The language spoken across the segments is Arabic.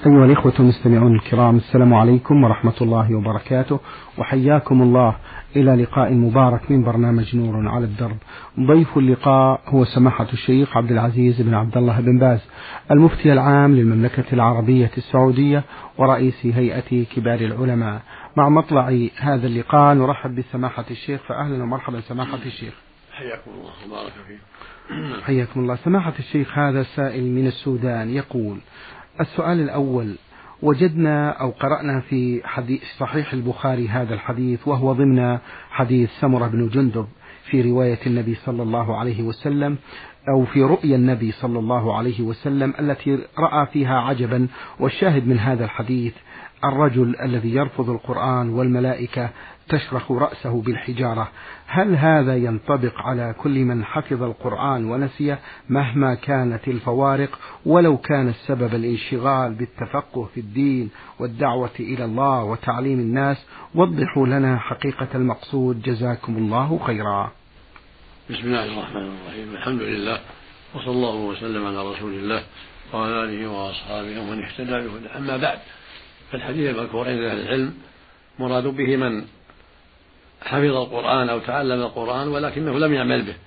أيها الإخوة المستمعون الكرام، السلام عليكم ورحمة الله وبركاته، وحياكم الله إلى لقاء مبارك من برنامج نور على الدرب. ضيف اللقاء هو سماحة الشيخ عبد العزيز بن عبد الله بن باز، المفتي العام للمملكة العربية السعودية ورئيس هيئة كبار العلماء. مع مطلع هذا اللقاء نرحب بسماحة الشيخ، فأهلا ومرحبا سماحة الشيخ. حياكم الله وبارك فيكم. حياكم الله. سماحة الشيخ، هذا سائل من السودان يقول: السؤال الأول: وجدنا أو قرأنا في حديث صحيح البخاري هذا الحديث، وهو ضمن حديث سمرة بن جندب في رواية النبي صلى الله عليه وسلم، أو في رؤيا النبي صلى الله عليه وسلم التي رأى فيها عجبا. والشاهد من هذا الحديث الرجل الذي يرفض القرآن والملائكة تشرخ رأسه بالحجارة. هل هذا ينطبق على كل من حفظ القرآن ونسيه مهما كانت الفوارق، ولو كان السبب الانشغال بالتفقه في الدين والدعوة إلى الله وتعليم الناس؟ وضحوا لنا حقيقة المقصود، جزاكم الله خيرا. بسم الله الرحمن الرحيم. الحمد لله، وصلى الله وسلم على رسول الله وعلى آله وأصحابه ومن اهتدى بهداه. أما بعد، فالحديث المذكور عند أهل العلم مراد به من حفظ القرآن أو تعلم القرآن ولكنه لم يعمل به،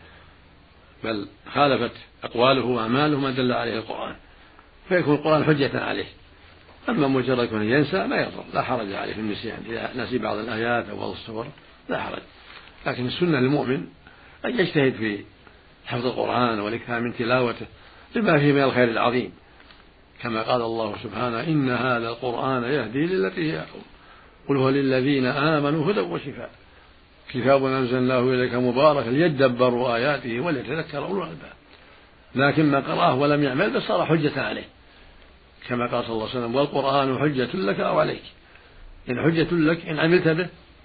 بل خالفت أقواله وأعماله ما دل عليه القرآن، فيكون القرآن حجة عليه. أما مجرد كونه ينسى ما يضر، لا حرج عليه في النسيان، إذا نسي بعض الآيات أو بعض السور لا حرج. لكن السنة للمؤمن أن يجتهد في حفظ القرآن والإكثار من تلاوته لما فيه من الخير العظيم، كما قال الله سبحانه: إن هذا القرآن يهدي للتي هي أقوم قل هو للذين آمنوا هدى وشفاء كتاب أنزلناه إليك مبارك ليدبروا آياته وليتذكر أولو الألباب. لكن ما قرأه ولم يعمل به صار حجة عليه، كما قال صلى الله عليه وسلم: والقرآن حجة لك أو عليك. إن حجة لك إن عملت به،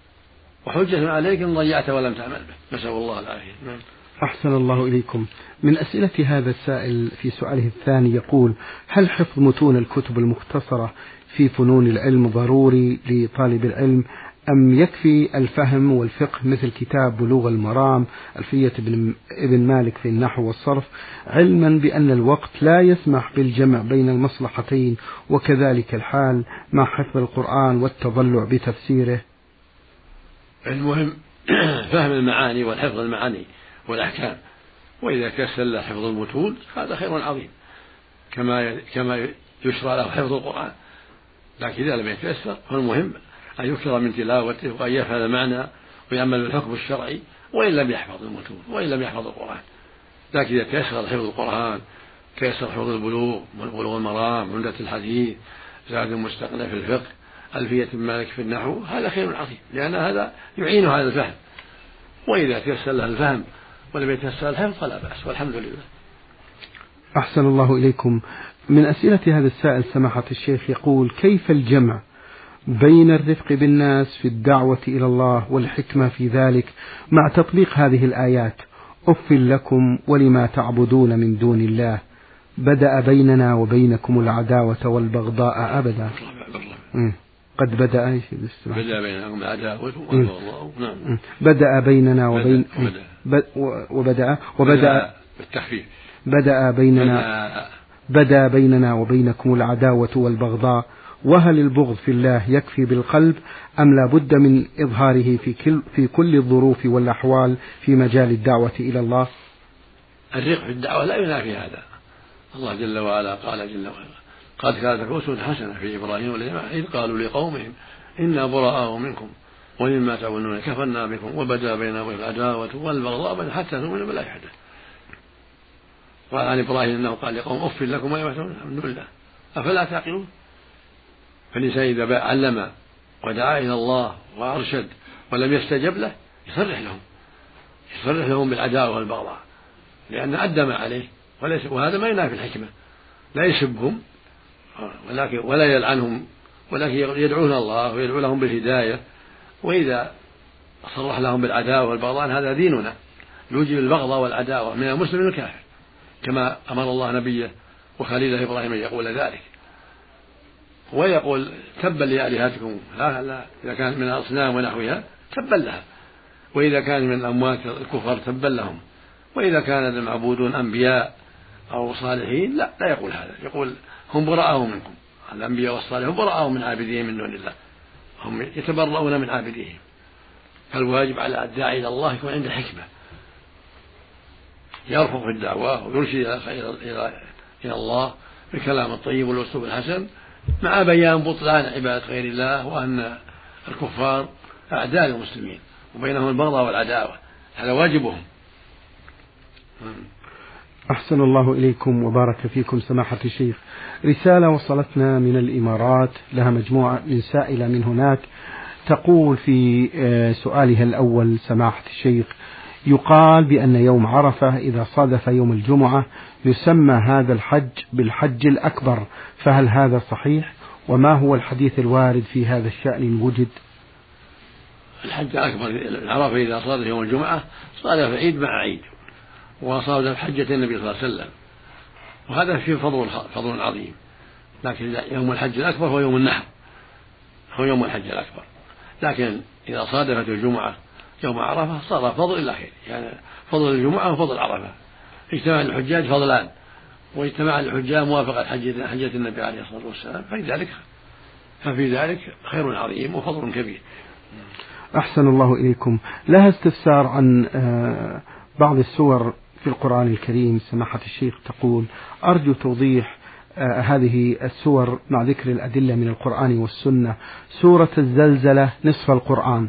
وحجة عليك إن ضيعت ولم تعمل به. نسأل الله العافية. أحسن الله إليكم. من أسئلة هذا السائل في سؤاله الثاني يقول: هل حفظ متون الكتب المختصرة في فنون العلم ضروري لطالب العلم، أم يكفي الفهم والفقه مثل كتاب بلوغ المرام، ألفية ابن مالك في النحو والصرف، علما بأن الوقت لا يسمح بالجمع بين المصلحتين، وكذلك الحال مع حفظ القرآن والتضلع بتفسيره؟ المهم فهم المعاني والحفظ المعاني والأحكام، وإذا تيسر له حفظ المتون هذا خير عظيم، كما يشرع له حفظ القرآن. لكن إذا لم يتيسر فالمهم أن يكثر من تلاوته وأن يفهم المعنى ويعمل بالحكم الشرعي، وإن لم يحفظ المتون وإن لم يحفظ القرآن. لكن إذا تيسر حفظ القرآن، تيسر حفظ بلوغ المرام، عمدة الحديث، زاد المستقنع في الفقه، ألفية ابن مالك في النحو، هذا خير عظيم، لأن هذا يعين على الفهم. وإذا تيسر له الفهم ولم يتيسر الحفظ فلا بأس، والحمد لله. أحسن الله إليكم. من أسئلة هذا السائل سماحة الشيخ يقول: كيف الجمع بين الرفق بالناس في الدعوة إلى الله والحكمة في ذلك مع تطبيق هذه الآيات: أف لكم ولما تعبدون من دون الله، بدأ بيننا وبينكم العداوة والبغضاء أبدا. قد بدأ بينكم العداوة والبغضاء. نعم. بدأ بيننا وبين وبدأ بالتخفيف. بدأ بيننا وبينكم العداوة والبغضاء. وهل البغض في الله يكفي بالقلب، أم لا بد من إظهاره في كل الظروف والأحوال في مجال الدعوة إلى الله؟ الرق في الدعوة لا ينافي هذا. الله جل وعلا قال جل وعلا: قد كانت لكم أسوة حسنة في إبراهيم والجماعة إذ قالوا لقومهم إنا براء منكم ومما تعبدون كفرنا بكم وبدا بيننا العداوة والبغضاء حتى تؤمنوا بالله وحده. وعن إبراهيم أنه قال لقوم: أف لكم ولما تعبدون من دون الله أفلا تعقلون. فالإنسان إذا علم ودعا إلى الله وأرشد ولم يستجب له يصرح لهم بالعداوة والبغضاء، لأن أدى ما عليه، وهذا ما ينافي الحكمة. لا يسبهم ولا يلعنهم، ولكن يدعون الله ويدعو لهم بالهداية. وإذا صرح لهم بالعداوة والبغضاء هذا ديننا يوجب البغضاء والعداوة من المسلم الكافر، كما أمر الله نبيه وخليله إبراهيم أن يقول ذلك، ويقول: تبا لآلهتكم. لا إذا كانت من الأصنام ونحوها تبا لها، وإذا كان من الأموات الكفر تبا لهم، وإذا كان المعبودون أنبياء أو صالحين لا يقول هذا، يقول: هم براء منكم الأنبياء والصالحون براءوا من عابديهم من دون الله، هم يتبرؤون من عابديهم. فالواجب على الداعي إلى الله يكون عنده حكمة، يرفض في الدعوة ويرشد إلى الله بالكلام الطيب والأسلوب الحسن، مع بيان بطلان عبادة غير الله، وأن الكفار أعداء المسلمين وبينهم البغضاء والعداوة، هذا واجبهم. أحسن الله إليكم وبارك فيكم سماحة الشيخ. رسالة وصلتنا من الإمارات، لها مجموعة من سائلة من هناك، تقول في سؤالها الأول: سماحة الشيخ، يقال بأن يوم عرفة إذا صادف يوم الجمعة يسمى هذا الحج بالحج الأكبر، فهل هذا صحيح؟ وما هو الحديث الوارد في هذا الشأن إن وجد؟ الحج الأكبر عرفة إذا صادف يوم الجمعة صادف عيد مع عيد، وصادف حجة النبي صلى الله عليه وسلم، وهذا فيه فضل عظيم. لكن يوم الحج الأكبر هو يوم النحر، هو يوم الحج الأكبر. لكن إذا صادفت الجمعة يوم عرفة صار فضل إلى خير، يعني فضل الجمعة وفضل عرفة. اجتماع الحجاج فضلان، واجتماع الحجاج موافقة حجة النبي عليه الصلاة والسلام، ففي ذلك خير عظيم وفضل كبير. أحسن الله إليكم. لها استفسار عن بعض السور في القرآن الكريم سماحة الشيخ، تقول: أرجو توضيح هذه السور مع ذكر الأدلة من القرآن والسنة. سورة الزلزلة نصف القرآن.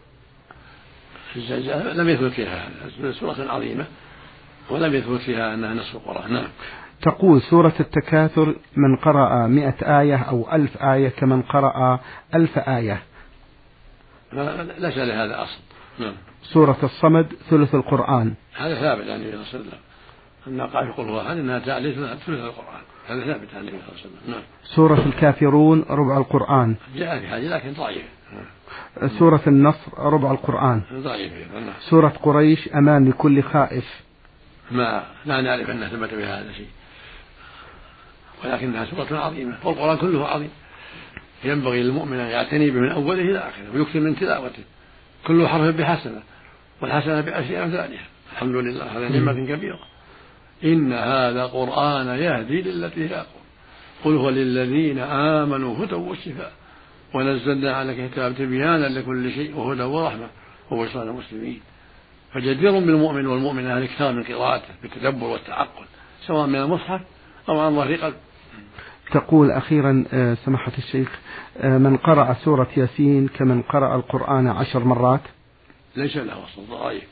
الزلزلة لم يثبت فيها، سورة عظيمة ولم يثبت فيها أنها نصف القرآن. نعم. تقول: سورة التكاثر من قرأ 100 آية أو 1000 آية كمن قرأ 1000 آية. ليس لهذا أصل. نعم. سورة الصمد ثلث القرآن. هذا ثابت عن النبي صلى الله عليه وسلم، أن قال يقول هو أنها تعليل ثلث القرآن، هذا ثابت عن النبي صلى الله عليه وسلم. نعم. سورة الكافرون ربع القرآن. جاء في هذه لكن ضعيف. سورة النصر ربع القرآن. ضعيف. سورة قريش أمان لكل خائف. لا نعرف أنها ثبت بها هذا شيء، ولكنها سورة عظيمة، والقرآن كله عظيم، ينبغي للمؤمن أن يعتني به من أوله إلى آخره ويكثر من تلاوته، كل حرف بحسنة والحسنة بعشر أمثالها. الحمد لله، هذا نعمة كبيرة. إن هذا قرآن يهدي للتي هي أقوم، قل هو للذين آمنوا هدى وشفاء، ونزلنا على كتاب تبيانا لكل شيء وهدى ورحمة وبشرى للمسلمين. فجدير بالمؤمن والمؤمنة الاكثار من قراءته بالتدبر والتعقل، سواء من المصحف أو عن ظهر قلب. تقول أخيرا سماحة الشيخ: من قرأ سورة ياسين كمن قرأ القرآن 10 مرات. ليس له أصل، ضعيف.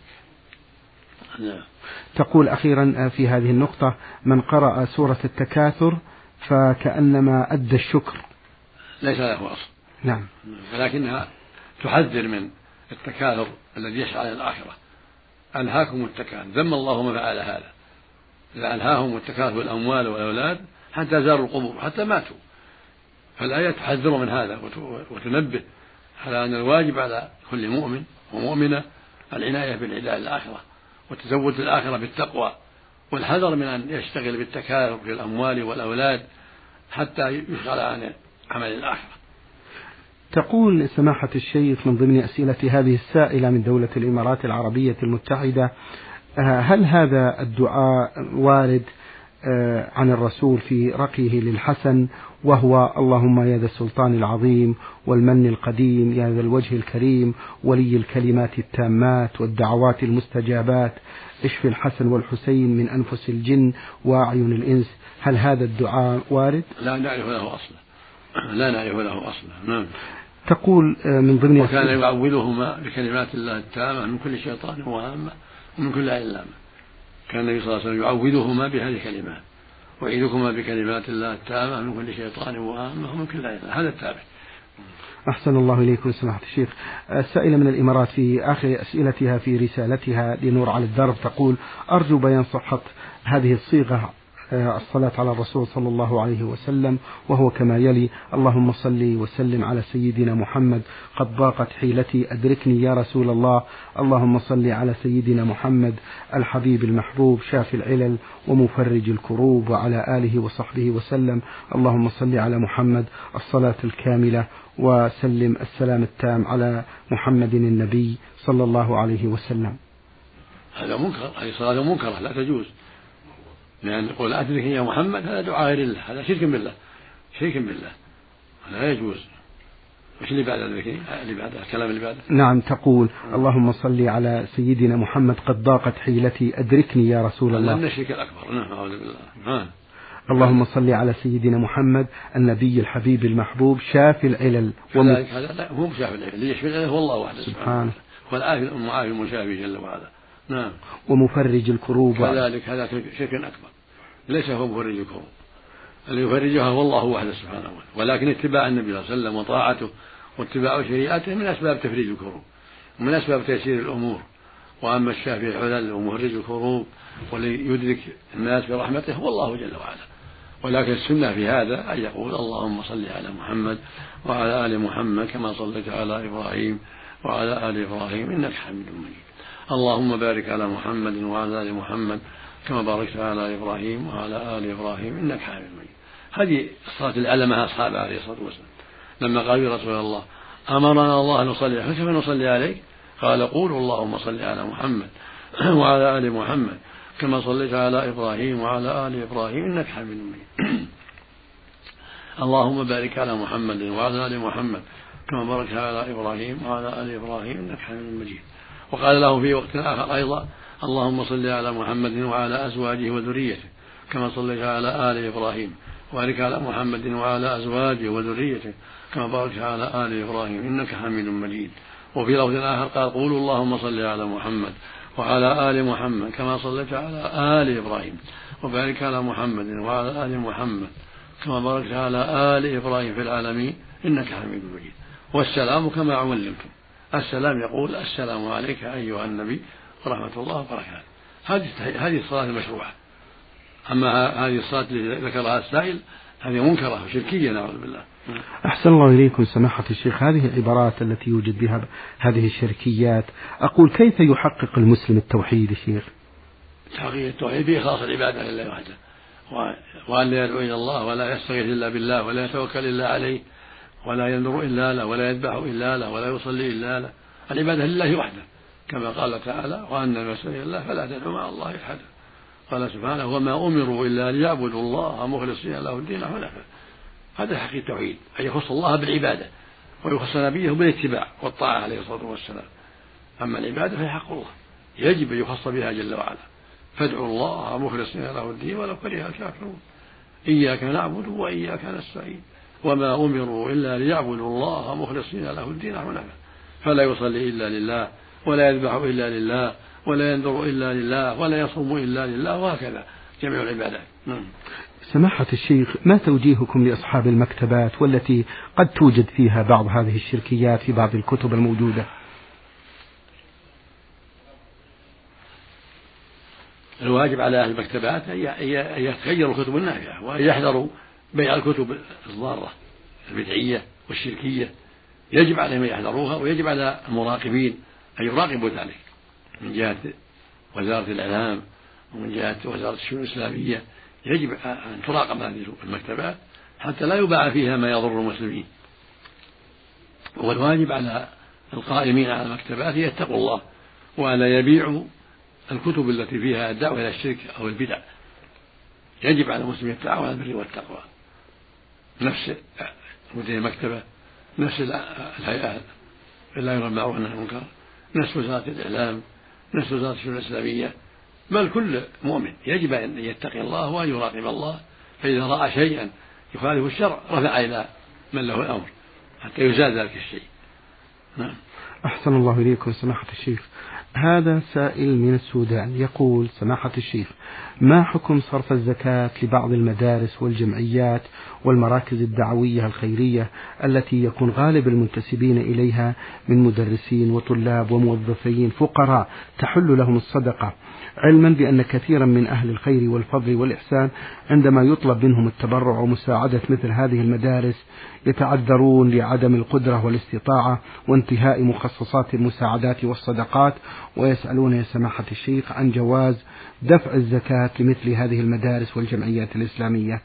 تقول أخيرا في هذه النقطة: من قرأ سورة التكاثر فكأنما أدى الشكر. ليس له أصل. نعم. ولكنها تحذر من التكاثر الذي يشعر على الآخرة. ألهاكم التكاثر، ذم الله من فعل هذا، ألهاهم التكاثر بالأموال والأولاد حتى زاروا القبور حتى ماتوا. فالآية تحذر من هذا وتنبه على أن الواجب على كل مؤمن ومؤمنة العناية بالعداء الآخرة وتزود الآخرة بالتقوى، والحذر من أن يشتغل بالتكاثر في الأموال والأولاد حتى يشغل عن عمل الآخرة. تقول سماحة الشيخ من ضمن أسئلة هذه السائلة من دولة الإمارات العربية المتحدة: هل هذا الدعاء وارد عن الرسول في رقيه للحسن، وهو: اللهم يا ذا السلطان العظيم والمن القديم يا ذا الوجه الكريم ولي الكلمات التامات والدعوات المستجابات اشف الحسن والحسين من أنفس الجن وأعين الإنس، هل هذا الدعاء وارد؟ لا نعرف له أصلا، لا نعرف له أصلا. نعم. تقول من ضمن وكان يعوذهما بكلمات الله التامة من كل شيطان وهامة ومن كل عين لامة. كان النبي صلى الله عليه وسلم يعوذهما بهذه الكلمات: وأعيذكما بكلمات الله التامة من كل شيطان وهامة ومن كل عين لامة. هذا التابع. أحسن الله إليكم سماحة الشيخ. السائلة من الإمارات في آخر أسئلتها في رسالتها لنور على الدرب تقول: أرجو بيان صحة هذه الصيغة الصلاة على الرسول صلى الله عليه وسلم، وهو كما يلي: اللهم صل وسلم على سيدنا محمد قد ضاقت حيلتي أدركني يا رسول الله، اللهم صل على سيدنا محمد الحبيب المحبوب شافي العلل ومفرج الكروب وعلى آله وصحبه وسلم، اللهم صل على محمد الصلاة الكاملة وسلم السلام التام على محمد النبي صلى الله عليه وسلم. هذا منكر، هذه صلاة منكرة لا تجوز، لأن يقول أدركني يا محمد هذا دعاء غير الله، هذا شرك بالله. شرك بالله، لا يجوز. وش اللي بعد الذكر؟ اللي بعد الكلام اللي بعد؟ نعم، تقول اللهم صل على سيدنا محمد قد ضاقت حيلتي أدركني يا رسول الله. هذا الشرك الأكبر. نعم، أعوذ بالله. اللهم صل على سيدنا محمد النبي الحبيب المحبوب شافي العلل. هذا لا هو شافي العلل، اللي يشفي العلل هو الله وحده سبحانه، والعافي المعافي المشافي جل وعلا. نعم. ومفرج الكروب. كذلك هذا شرك أكبر، ليس هو مفرج الكروب، اللي يفرجها هو الله وحده سبحانه وتعالى، ولكن اتباع النبي صلى الله عليه وسلم وطاعته واتباع شريعته من أسباب تفريج الكروب ومن أسباب تيسير الأمور. وأما الشافي الحلل ومفرج الكروب وليدرك الناس برحمته هو الله جل وعلا. ولكن السنة في هذا أن يقول اللهم صل على محمد وعلى آل محمد كما صليت على إبراهيم وعلى آل إبراهيم إنك حميد مجيد. اللهم بارك على محمد وعلى آل محمد كما باركت على إبراهيم وعلى آل إبراهيم إنك حميد مجيد. هذه الصلاة العلمة أصحاب عليه الصلاة والسلام لما قالوا يا رسول الله أمرنا الله أن نصلي فكيف نصلي عليك؟ قال قولوا اللهم صل على محمد وعلى آل محمد كما صليت على إبراهيم وعلى آل إبراهيم إنك حميد مجيد. اللهم بارك على محمد وعلى آل محمد كما باركت على إبراهيم وعلى آل إبراهيم إنك حميد مجيد. وقال له في وقت آخر أيضا اللهم صل على محمد وعلى أزواجه وذريته كما صليت على آل إبراهيم وبارك على محمد وعلى أزواجه وذريته كما باركت على آل إبراهيم إنك حميد مجيد. وفي لفظ آخر قال قولوا اللهم صل على محمد وعلى آل محمد كما صليت على آل إبراهيم وبارك على محمد وعلى آل محمد كما باركت على آل إبراهيم في العالمين إنك حميد مجيد. والسلام كما علمتم، السلام يقول السلام عليك أيها النبي ورحمة الله وبركاته. هذه الصلاة المشروعة. أما هذه الصلاة التي ذكرها السائل هذه منكرة وشركية نعوذ بالله. أحسن الله إليكم سماحة الشيخ، هذه العبارات التي يوجد بها هذه الشركيات، أقول كيف يحقق المسلم التوحيد يا شيخ؟ تحقيق التوحيد في إخلاص العبادة لله وحده، وأن لا يدعو إلى الله ولا يستغيث إلا بالله ولا يتوكل إلا عليه ولا ينظر إلا له ولا يذبح إلا له ولا يصلي إلا له. العبادة لله وحده كما قال تعالى وأن المساجد لله فلا تدعوا مع الله أحدا. قال سبحانه وما أمروا إلا ليعبدوا الله مخلصين له الدين حنفاء. هذا حقيقة التوحيد، أن يخص الله بالعبادة ويخص نبيه بالاتباع والطاعة عليه الصلاة والسلام. أما العبادة فهي حق الله يجب أن يخص بها جل وعلا. فادعوا الله مخلصين له الدين ولو كره الكافرون إياك نعبد وإياك نستعين وما أمروا إلا ليعبدوا الله مخلصين له الدين حنفاء. فلا يصلي إلا لله ولا يذبح إلا لله ولا ينذر إلا لله ولا يصوم إلا لله، وهكذا جميع العبادات. سماحة الشيخ، ما توجيهكم لأصحاب المكتبات والتي قد توجد فيها بعض هذه الشركيات في بعض الكتب الموجودة؟ الواجب على أهل المكتبات أن يتخيروا الكتب النافعة وأن يحذروا بيع الكتب الضارة البدعية والشركية. يجب عليهم أن يحذروها، ويجب على المراقبين أن يراقبوا ذلك من جهة وزارة الإعلام ومن جهة وزارة الشؤون الإسلامية. يجب أن تراقب هذه المكتبات حتى لا يباع فيها ما يضر المسلمين. والواجب على القائمين على المكتبات يتقوا الله ولا يبيعوا الكتب التي فيها الدعوة إلى الشرك أو البدع. يجب على المسلم يتعاون على البر والتقوى، نفس مدير المكتبة، نفس الهيئة لا يرى بالمعروف والنهي عن المنكر، نفس وزارة الإعلام، نفس وزارة الشؤون الإسلامية، بل كل مؤمن يجب أن يتقي الله وأن يراقب الله، فإذا رأى شيئا يخالف الشرع رفع إلى من له الأمر حتى يزال ذلك الشيء. نعم. أحسن الله إليكم سماحة الشيخ. هذا سائل من السودان يقول سماحة الشيخ ما حكم صرف الزكاة لبعض المدارس والجمعيات والمراكز الدعوية الخيرية التي يكون غالب المنتسبين إليها من مدرسين وطلاب وموظفين فقراء تحل لهم الصدقة، علما بأن كثيرا من أهل الخير والفضل والإحسان عندما يطلب منهم التبرع ومساعدة مثل هذه المدارس يتعذرون لعدم القدرة والاستطاعة وانتهاء مخصصات المساعدات والصدقات، ويسألون يا سماحة الشيخ عن جواز دفع الزكاة لمثل هذه المدارس والجمعيات الإسلامية.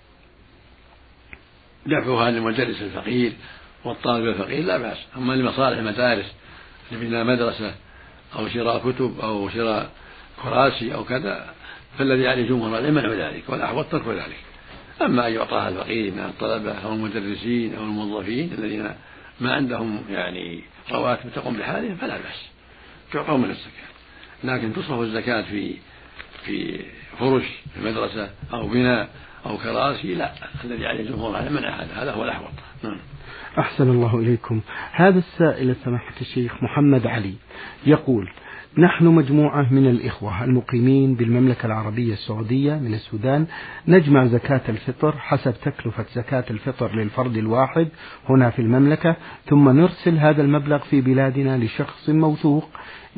دفعها للمدرس الفقير والطالب الفقير لا بأس، أما لمصالح المدارس لبناء مدرسة أو شراء كتب أو شراء كراسي أو كذا فالذي عليه جمهور العلم منع ذلك والأحوط ترك ذلك. أما أن يعطاها الفقير من الطلبة أو المدرسين أو الموظفين الذين ما عندهم يعني رواتب تقوم بحالهم فلا بأس، تعطوا من الزكاة. لكن تصرف الزكاة في فرش في المدرسة أو بناء أو كراسي لا، الذي عليه الجمهور على منع هذا هو الأحوط. أحسن الله إليكم. هذا السائل سماحة الشيخ محمد علي يقول: نحن مجموعة من الإخوة المقيمين بالمملكة العربية السعودية من السودان نجمع زكاة الفطر حسب تكلفة زكاة الفطر للفرد الواحد هنا في المملكة، ثم نرسل هذا المبلغ في بلادنا لشخص موثوق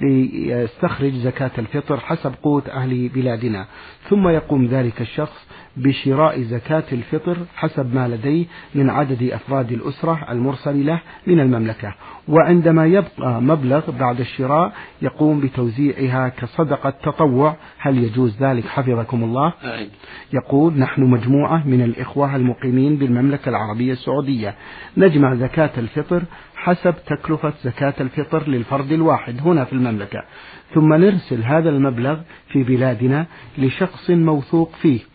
ليستخرج زكاة الفطر حسب قوت أهل بلادنا، ثم يقوم ذلك الشخص بشراء زكاة الفطر حسب ما لديه من عدد أفراد الأسرة المرسل له من المملكة، وعندما يبقى مبلغ بعد الشراء يقوم بتوزيعها كصدقة تطوع. هل يجوز ذلك حفظكم الله؟ يقول: نحن مجموعة من الإخوة المقيمين بالمملكة العربية السعودية نجمع زكاة الفطر حسب تكلفة زكاة الفطر للفرد الواحد هنا في المملكة، ثم نرسل هذا المبلغ في بلادنا لشخص موثوق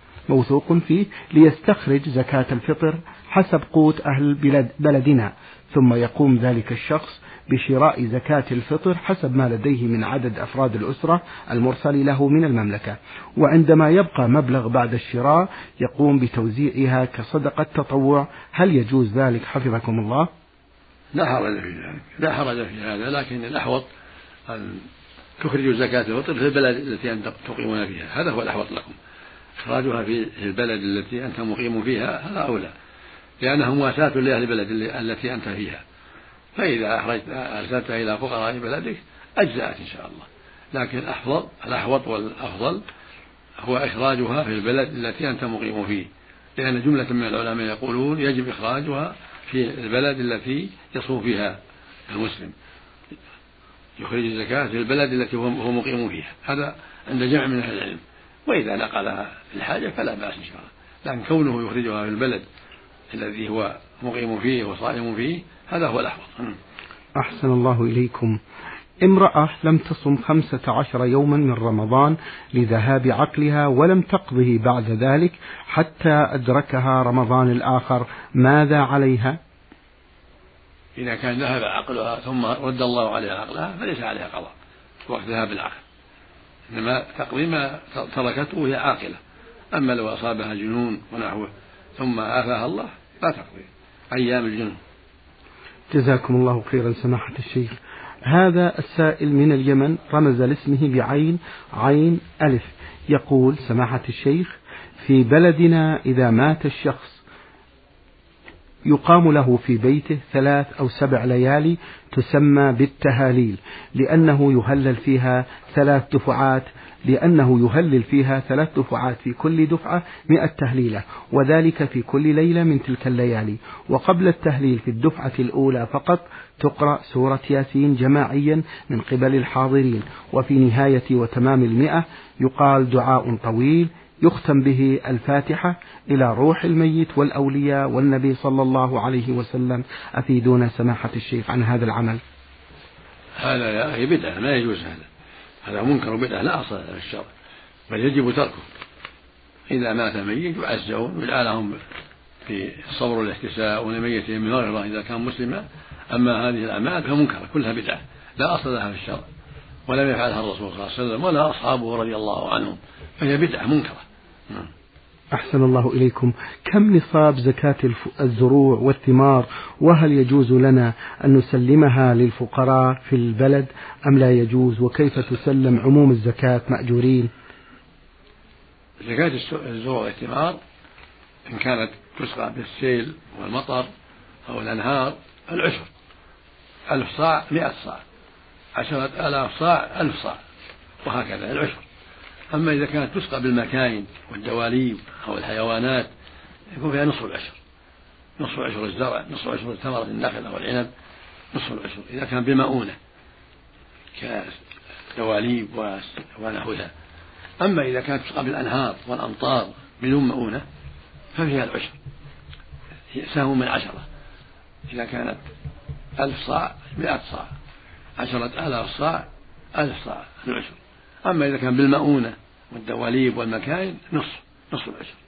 فيه ليستخرج زكاة الفطر حسب قوت أهل بلدنا، ثم يقوم ذلك الشخص بشراء زكاة الفطر حسب ما لديه من عدد أفراد الأسرة المرسل له من المملكة، وعندما يبقى مبلغ بعد الشراء يقوم بتوزيعها كصدقة تطوع. هل يجوز ذلك حفظكم الله؟ لا حرج في هذا، لكن الأحوط أن تخرجوا زكاة الفطر في البلد التي أنتم تقيمون فيها، هذا هو الأحوط لكم. إخراجها في البلد التي أنت مقيم فيها هذا أولى، لأنها مواساة لأهل البلد التي أنت فيها. فإذا أرسلتها إلى فقراء بلدك أجزأت إن شاء الله، لكن الأحوط والأفضل هو إخراجها في البلد التي أنت مقيم فيه، لأن جملة من العلماء يقولون يجب إخراجها في البلد التي يصوم فيها المسلم، يخرج الزكاة في البلد التي هو مقيم فيها، هذا عند جمع من أهل العلم. وإذا نقلها في الحاجة فلا بأس إن شاء الله، لكن كونه يخرجها في البلد الذي هو مقيم فيه وصائم فيه هذا هو الأحوط. أحسن الله إليكم. امرأة لم تصم 15 يوما من رمضان لذهاب عقلها ولم تقضه بعد ذلك حتى أدركها رمضان الآخر، ماذا عليها؟ إذا كان ذهب عقلها ثم رد الله عليها عقلها فليس عليها قضاء وقت ذهاب العقل، إنما تقضي ما تركته وهي عاقلة. أما لو أصابها جنون ونحوه ثم عافاها الله لا تقضي أيام الجنون. جزاكم الله خيرا سماحة الشيخ. هذا السائل من اليمن رمز لاسمه بعين عين ألف يقول: سماحة الشيخ، في بلدنا إذا مات الشخص يقام له في بيته 3 أو 7 ليالي تسمى بالتهاليل، لأنه يهلل فيها 3 دفعات، في كل دفعة 100 تهليلة، وذلك في كل ليلة من تلك الليالي. وقبل التهليل في الدفعة الأولى فقط تقرأ سورة ياسين جماعيا من قبل الحاضرين، وفي نهاية وتمام 100 يقال دعاء طويل يختم به الفاتحة إلى روح الميت والأولياء والنبي صلى الله عليه وسلم. أفيدونا سماحة الشيخ عن هذا العمل. هذا يا أخي بدعة، ما يجوز هذا منكر بدعة لا أصل له في الشرع، بل يجب تركه. إذا مات ميت يعزون ويدعى لهم في الصبر والاحتساء ولميتهم من غيره إذا كان مسلما. أما هذه الأعمال فمنكرة كلها بدعة لا أصل لها في الشرع، ولم يفعلها الرسول صلى الله عليه وسلم ولا أصحابه رضي الله عنهم، فهي بدعة منكرة. أحسن الله إليكم. كم نصاب زكاة الزروع والثمار، وهل يجوز لنا أن نسلمها للفقراء في البلد أم لا يجوز، وكيف تسلم عموم الزكاة مأجورين؟ زكاة الزروع والثمار إن كانت تسقى بالسيل والمطر أو الأنهار العشر، 1000 صاع 100 صاع، 10,000 صاع 1000 صاع، وهكذا العشر. أما إذا كانت تسقى بالمكاين والدواليب أو الحيوانات يكون فيها نصف العشر، نصف عشر الزرع، نصف عشر ثمرة النخل أو العنب، نصف العشر إذا كان بمؤونة كدواليب ونحوها. أما إذا كانت تسقى بالأنهار والأمطار بدون مؤونة ففيها العشر، سهم من 10. إذا كانت 1000 صاع 100 صاع، 10,000 صاع 1000 صاع العشر. أما إذا كان بالمؤونة والدواليب والمكاين نصف العشر.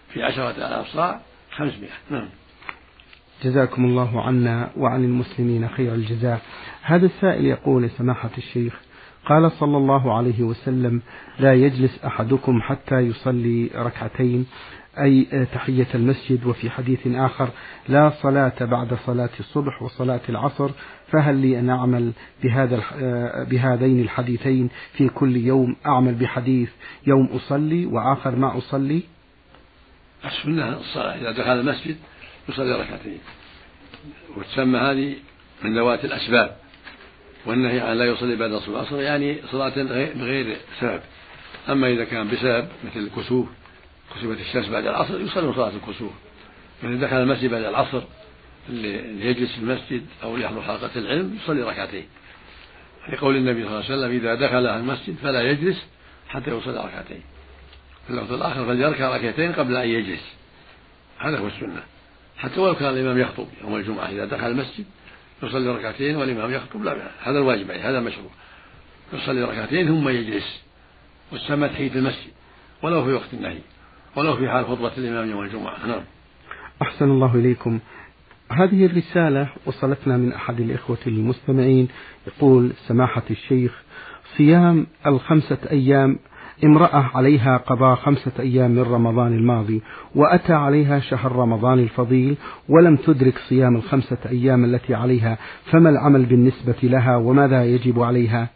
في 10,000 صاع 500. نعم. جزاكم الله عنا وعن المسلمين خير الجزاء. هذا السائل يقول: سماحة الشيخ، قال صلى الله عليه وسلم: لا يجلس أحدكم حتى يصلي ركعتين، أي تحية المسجد. وفي حديث آخر: لا صلاة بعد صلاة الصبح وصلاة العصر. فهل لي أن أعمل بهذين الحديثين في كل يوم؟ أعمل بحديث يوم أصلي وآخر ما أصلي؟ السنة الصلاة إذا دخل المسجد يصلي ركعتين، وتسمى هذه من ذوات الأسباب، والنهي عن لا يصلي بعد صلاة العصر يعني صلاة بغير سبب. أما إذا كان بسبب مثل الكسوف، كسوفة الشمس بعد العصر، يصلي صلاة الكسوف. من دخل المسجد بعد العصر اللي يجلس في المسجد أو يحضر حلقة العلم يصلي ركعتين، لقول النبي صلى الله عليه وسلم: إذا دخل المسجد فلا يجلس حتى يصلي ركعتين. في اللفظ الآخر: فليركع ركعتين قبل أن يجلس. هذا هو السنة، حتى ولو كان الإمام يخطب يوم الجمعة، إذا دخل المسجد يصلي ركعتين والإمام يخطب، لا بأس، هذا الواجب عليه، هذا مشروع. يصلي ركعتين ثم يجلس، وتسمى تحية المسجد ولو في وقت النهي، ولو في حال خطبة الإمام يوم الجمعة. نعم. أحسن الله إليكم. هذه الرسالة وصلتنا من أحد الإخوة المستمعين، يقول: سماحة الشيخ، صيام 5 أيام، امرأة عليها قضاء 5 أيام من رمضان الماضي، وأتى عليها شهر رمضان الفضيل ولم تدرك صيام 5 أيام التي عليها، فما العمل بالنسبة لها وماذا يجب عليها؟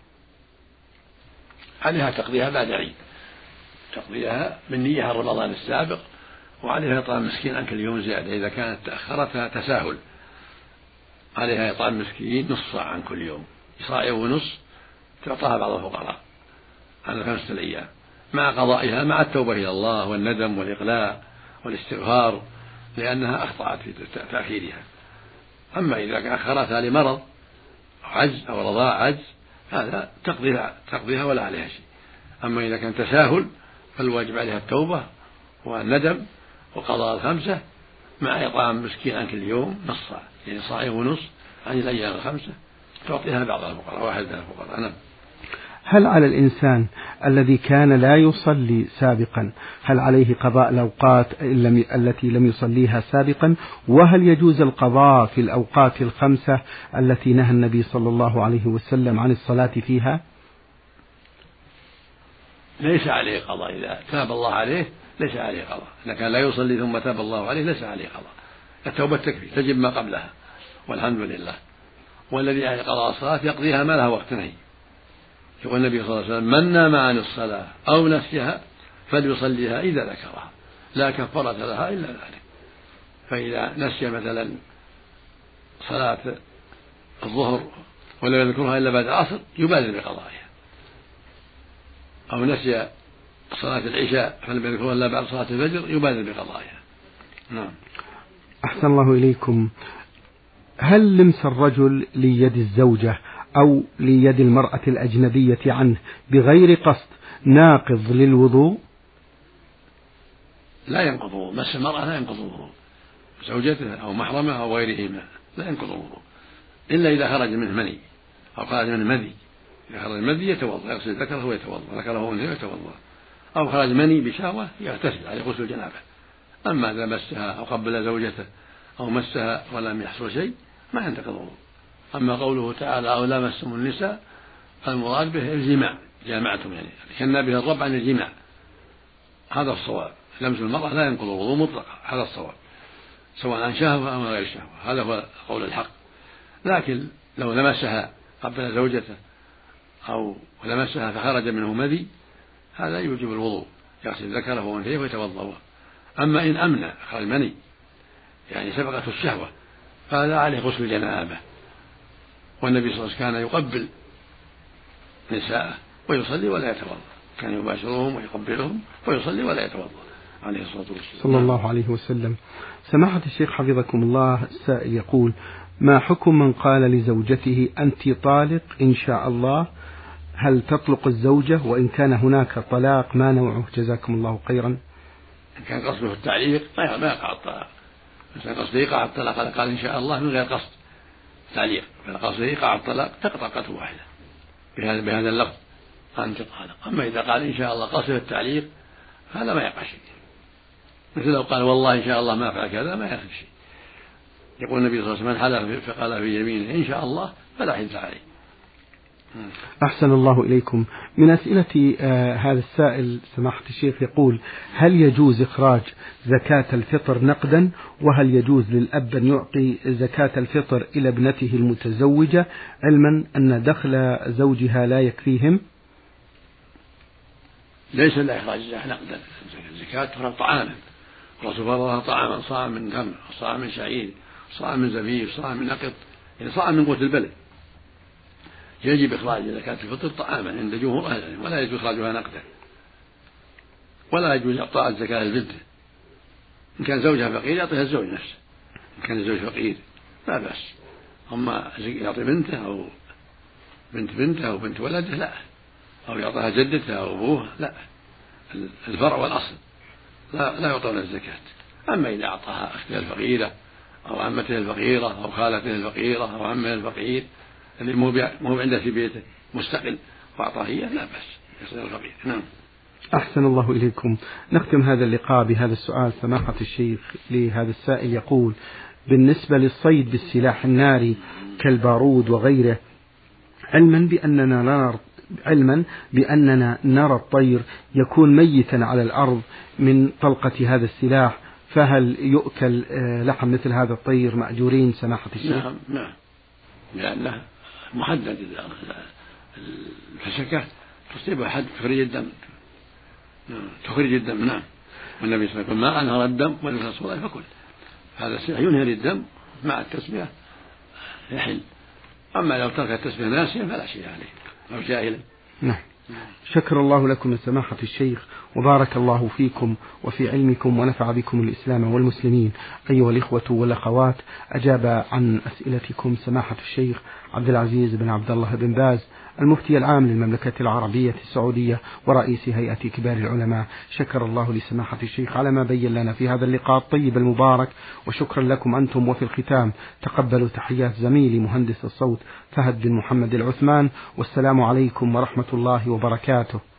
عليها تقضيها بعد عيد، تقضيها بالنية عن رمضان السابق، وعليها إطعام مسكين عن كل يوم زيادة إذا كانت تأخرتها تساهل. عليها إطعام مسكين نصف صاع عن كل يوم، صاع ونصف، تعطاها بعض الفقراء على 5 أيام، مع قضائها مع التوبة إلى الله والندم والإقلاع والاستغفار لأنها أخطأت في تأخيرها. أما إذا أخرتها لمرض أو عجز أو رضاع عجز هذا تقضيها ولا عليها شيء. أما إذا كان تساهل فالواجب عليها التوبة والندم وقضاء 5 مع إطعام مسكين عن كل يوم نصف صاع، يعني صاع ونصف عن الأيام 5، تعطيها بعض الفقراء، واحد من الفقراء. نعم. هل على الإنسان الذي كان لا يصلي سابقا، هل عليه قضاء الأوقات التي لم يصليها سابقا؟ وهل يجوز القضاء في الأوقات 5 التي نهى النبي صلى الله عليه وسلم عن الصلاة فيها؟ ليس عليه قضاء، إذا تاب الله عليه ليس عليه قضاء. إذا كان لا يصلي ثم تاب الله عليه ليس عليه قضاء، التوبة تكفي، تجب ما قبلها والحمد لله. والذي عليه قضاء الصلاة يقضيها ما لها وقت نهي. يقول النبي صلى الله عليه وسلم: من نام عن الصلاة أو نسيها فليصليها إذا ذكرها، لا كفارة لها إلا ذلك. فإذا نسي مثلا صلاة الظهر ولم يذكرها إلا بعد العصر يبادر بقضائها، أو نسي صلاة العشاء فلم يذكرها إلا بعد صلاة الفجر يبادر بقضائها. نعم. أحسن الله إليكم. هل لمس الرجل ليد الزوجة أو ليد المرأة الأجنبية عنه بغير قصد ناقض للوضوء؟ لا ينقض الوضوء، مس المرأة لا ينقض الوضوء، زوجتها أو محرمها أو غيرهما لا ينقض الوضوء، إلا إذا خرج منه مني أو خرج منه مذي. إذا خرج المذي يتوضأ، يغسل ذكره ويتوضأ، ذكره وأنثى يتوضأ، أو خرج مني بشهوة يغتسل عليه غسل الجنابة. أما إذا مسها أو قبل زوجته أو مسها ولم يحصل شيء ما ينتقض الوضوء. أما قوله تعالى: أو لامستم النساء، المراد به الجماع، جامعتم، يعني كنا به الرب عن الجماع، هذا الصواب. لمس المرأة لا ينقض الوضوء مطلقا، هذا الصواب، سواء عن شهوة أو غير شهوة، هذا هو قول الحق. لكن لو لمسها قبل زوجته أو لمسها فخرج منه مذي هذا يوجب الوضوء، يغسل ذكره وأنثيه ويتوضأ. أما إن أمنع خرج مني يعني سبقته الشهوة فهذا عليه غسل جنابه. والنبي صلى الله عليه وسلم كان يقبل نساءه ويصلي ولا يتوضأ، كان يباشرهم ويقبلهم ويصلي ولا يتوضأ عليه الصلاة والسلام صلى الله عليه وسلم. سماحة الشيخ حفظكم الله، السائل يقول: ما حكم من قال لزوجته أنت طالق إن شاء الله؟ هل تطلق الزوجة؟ وإن كان هناك طلاق ما نوعه؟ جزاكم الله خيرا. إن كان قصده التعليق ما يقع الطلاق، إن قصده يقع الطلاق قال إن شاء الله من غير قصد تعليق، إذا قصده يقع الطلاق تقطع قطعة واحدة بهذا اللفظ أنت طالق. أما إذا قال إن شاء الله قصده التعليق هذا ما يقع شيء. مثل لو قال والله إن شاء الله ما أفعل كذا ما يخلف شيء. يقول النبي صلى الله عليه وسلم: من حلف فقال في يمينه إن شاء الله فلا حنث عليه. أحسن الله إليكم. من أسئلة هذا السائل سماحة الشيخ يقول: هل يجوز إخراج زكاة الفطر نقدا؟ وهل يجوز للأب أن يعطي زكاة الفطر إلى ابنته المتزوجة علما أن دخل زوجها لا يكفيهم؟ ليس لا إخراج الزكاة نقدا، الزكاة تفرض طعاما، الرسول فرضها طعاما: صاع من تمر، صاع من شعير، صاع من زبيب، صاع من نقط، يعني صاع من قوت البلد. يجب إخراج زكاة الفطر طعاما عند جمهور أهل العلم، ولا يجوز إخراجها نقدا، ولا يجوز إعطاء الزكاة لبنته. إن كان زوجها فقير يعطيها الزوج نفسه، إن كان الزوج فقير لا بأس. أما يعطي بنته أو بنت بنته أو بنت ولده لا، أو يعطيها جدته أو أبوه لا، الفرع والأصل لا يعطون الزكاة. أما إذا أعطاها أختها الفقيرة أو عمته الفقيرة أو خالته الفقيرة أو عمه الفقير اللي مو عنده في بيته مستقل وأعطاه إياه لا بأس، يصير الفقير. نعم. أحسن الله إليكم. نختم هذا اللقاء بهذا السؤال سماحة الشيخ لهذا السائل يقول: بالنسبة للصيد بالسلاح الناري كالبارود وغيره، علما بأننا نرى الطير يكون ميتا على الأرض من طلقة هذا السلاح، فهل يؤكل لحم مثل هذا الطير مأجورين سماحة الشيخ؟ نعم، لأنه محدد. الفشكة تصيب حد تخرج الدم. نعم. والنبي صلى الله عليه وسلم: ما أنهر الدم ولم الصلاة فكل. هذا السلاح ينهر الدم مع التسمية يحل. أما لو ترك التسمية ناسيا فلا شيء عليه أو جاهلا. نعم. شكر الله لكم سماحة الشيخ، وبارك الله فيكم وفي علمكم، ونفع بكم الإسلام والمسلمين. أيها الإخوة والأخوات، أجاب عن أسئلتكم سماحة الشيخ عبد العزيز بن عبد الله بن باز، المفتي العام للمملكة العربية السعودية ورئيس هيئة كبار العلماء. شكر الله لسماحة الشيخ على ما بين لنا في هذا اللقاء الطيب المبارك، وشكرا لكم أنتم. وفي الختام تقبلوا تحيات زميلي مهندس الصوت فهد بن محمد العثمان، والسلام عليكم ورحمة الله وبركاته.